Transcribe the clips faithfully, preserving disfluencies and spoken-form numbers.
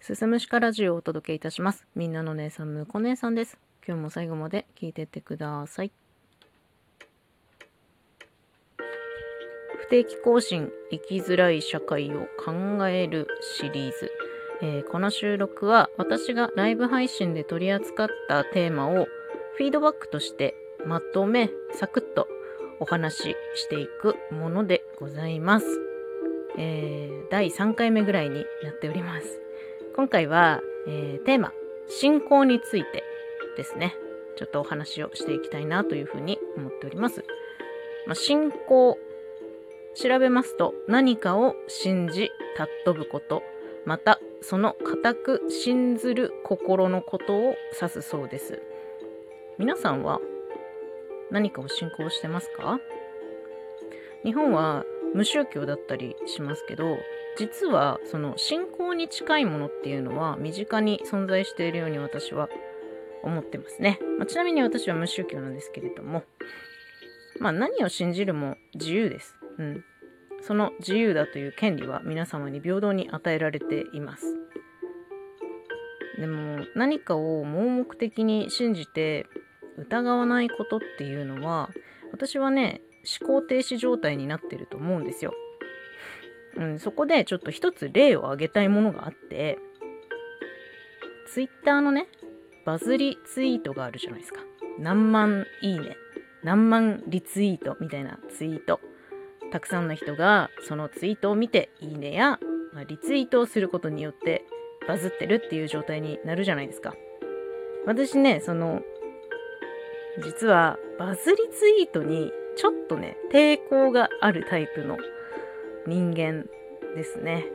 すすむしかラジオをお届けいたします。みんなの姉さん、むこ姉さんです。今日も最後まで聞いてってください。不定期更新、生きづらい社会を考えるシリーズ。えーこの収録は私がライブ配信で取り扱ったテーマをフィードバックとしてまとめ、サクッとお話ししていくものでございます。えーだいさんかいめぐらいになっております。今回は、えーテーマ、信仰についてですね。ちょっとお話をしていきたいなというふうに思っております。まあ、信仰、調べますと何かを信じ、尊ぶこと、またその固く信ずる心のことを指すそうです。皆さんは何かを信仰してますか？日本は無宗教だったりしますけど、実はその信仰に近いものっていうのは身近に存在しているように私は思ってますね。まあ、ちなみに私は無宗教なんですけれども、まあ何を信じるも自由です。うん。その自由だという権利は皆様に平等に与えられています。でも何かを盲目的に信じて疑わないことっていうのは、私はね、思考停止状態になってると思うんですよ。うん、そこでちょっと一つ例を挙げたいものがあって、ツイッターのね、バズりツイートがあるじゃないですか。何万いいね、何万リツイートみたいなツイート。たくさんの人がそのツイートを見ていいねや、まあ、リツイートをすることによってバズってるっていう状態になるじゃないですか。私ね、その実はバズりツイートにちょっとね抵抗があるタイプの人間ですね。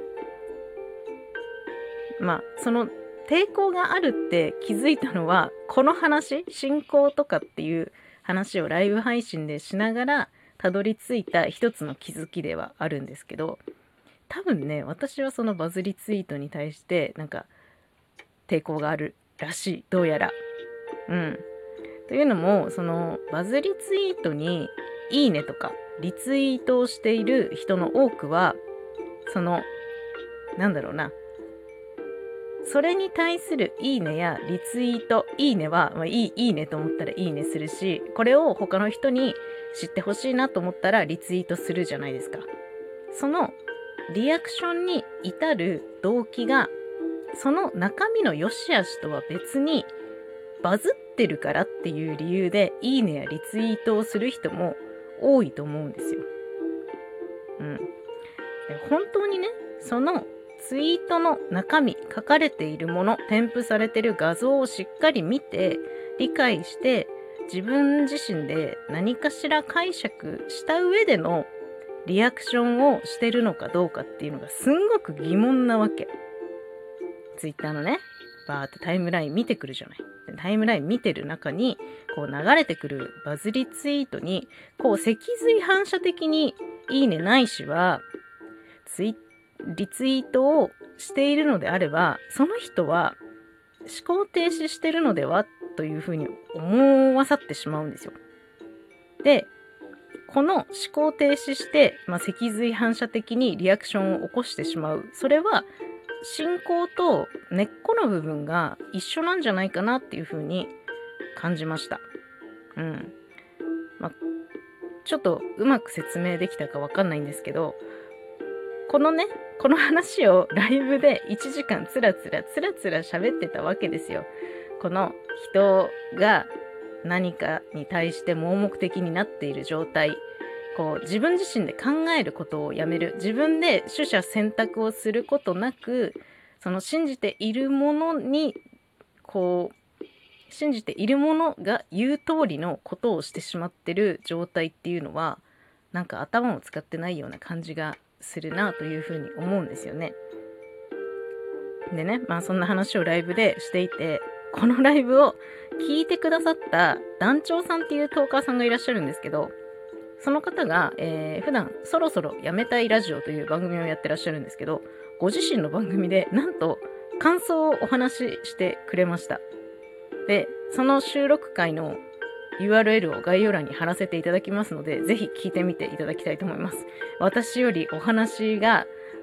まあその抵抗があるって気づいたのは、この話、信仰とかっていう話をライブ配信でしながらたどり着いた一つの気づきではあるんですけど、多分ね、私はそのバズりツイートに対してなんか抵抗があるらしい、どうやら。うん。というのも、そのバズりツイートにいいねとかリツイートをしている人の多くは、そのなんだろうな、それに対するいいねやリツイート、いいねは、まあ、いい、いいねと思ったらいいねするし、これを他の人に知ってほしいなと思ったらリツイートするじゃないですか。そのリアクションに至る動機が、その中身の良し悪しとは別に、バズってるからっていう理由でいいねやリツイートをする人も多いと思うんですよ。うん。本当にね、そのツイートの中身、書かれているもの、添付されている画像をしっかり見て理解して、自分自身で何かしら解釈した上でのリアクションをしてるのかどうかっていうのがすんごく疑問なわけ。ツイッターのね、バーってタイムライン見てくるじゃない。タイムライン見てる中にこう流れてくるバズりツイートに、こう脊髄反射的にいいねないしはツイリツイートをしているのであれば、その人は思考停止してるのではというふうに思わさってしまうんですよ。で、この思考停止して、まあ、脊髄反射的にリアクションを起こしてしまう。それは信仰と根っこの部分が一緒なんじゃないかなっていうふうに感じました。うん。まあ、ちょっとうまく説明できたかわかんないんですけど、このね、この話をライブでいちじかんつらつらつらつら喋ってたわけですよ。この人が何かに対して盲目的になっている状態、こう自分自身で考えることをやめる、自分で取捨選択をすることなく、その信じているものにこう信じているものが言う通りのことをしてしまってる状態っていうのは、なんか頭を使ってないような感じがするなというふうに思うんですよね。でね、まあそんな話をライブでしていて、このライブを聞いてくださった団長さんっていうトーカーさんがいらっしゃるんですけど、その方が、えー、普段そろそろやめたいラジオという番組をやってらっしゃるんですけど、ご自身の番組でなんと感想をお話ししてくれました。で、その収録回の ユーアールエル を概要欄に貼らせていただきますので、ぜひ聞いてみていただきたいと思います。私よりお話が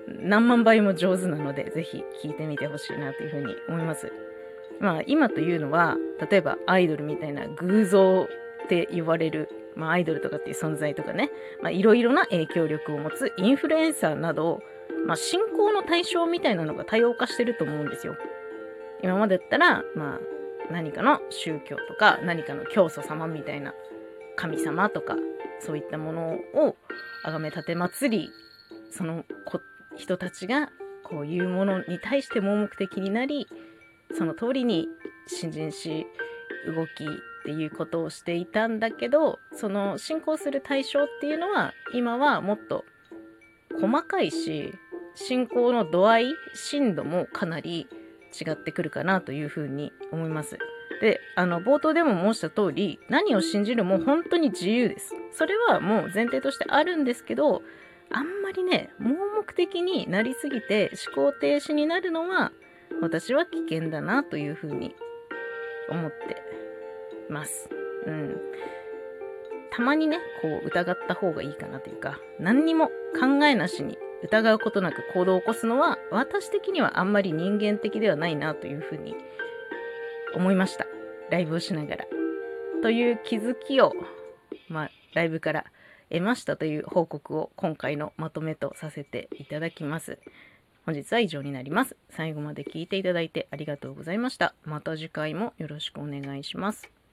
何万倍も上手なので、ぜひ聞いてみてほしいなというふうに思います。まあ今というのは、例えばアイドルみたいな偶像って言われる、まあアイドルとかっていう存在とかね、まあいろいろな影響力を持つインフルエンサーなど、まあ信仰の対象みたいなのが多様化してると思うんですよ。今までだったら、まあ何かの宗教とか何かの教祖様みたいな神様とかそういったものを崇め立て祭り、その人たちがこういうものに対して盲目的になり、その通りに信心し動きっていうことをしていたんだけど、その信仰する対象っていうのは今はもっと細かいし、信仰の度合い、深度もかなり違ってくるかなというふうに思います。で、あの冒頭でも申した通り、何を信じるも本当に自由です。それはもう前提としてあるんですけど、あんまりね、盲目的になりすぎて思考停止になるのは私は危険だなというふうに思ってます。うん。たまにね、こう疑った方がいいかなというか、何にも考えなしに疑うことなく行動を起こすのは私的にはあんまり人間的ではないなというふうに思いました。ライブをしながら。という気づきを、まあ、ライブから得ましたという報告を今回のまとめとさせていただきます。本日は以上になります。最後まで聞いていただいてありがとうございました。また次回もよろしくお願いします。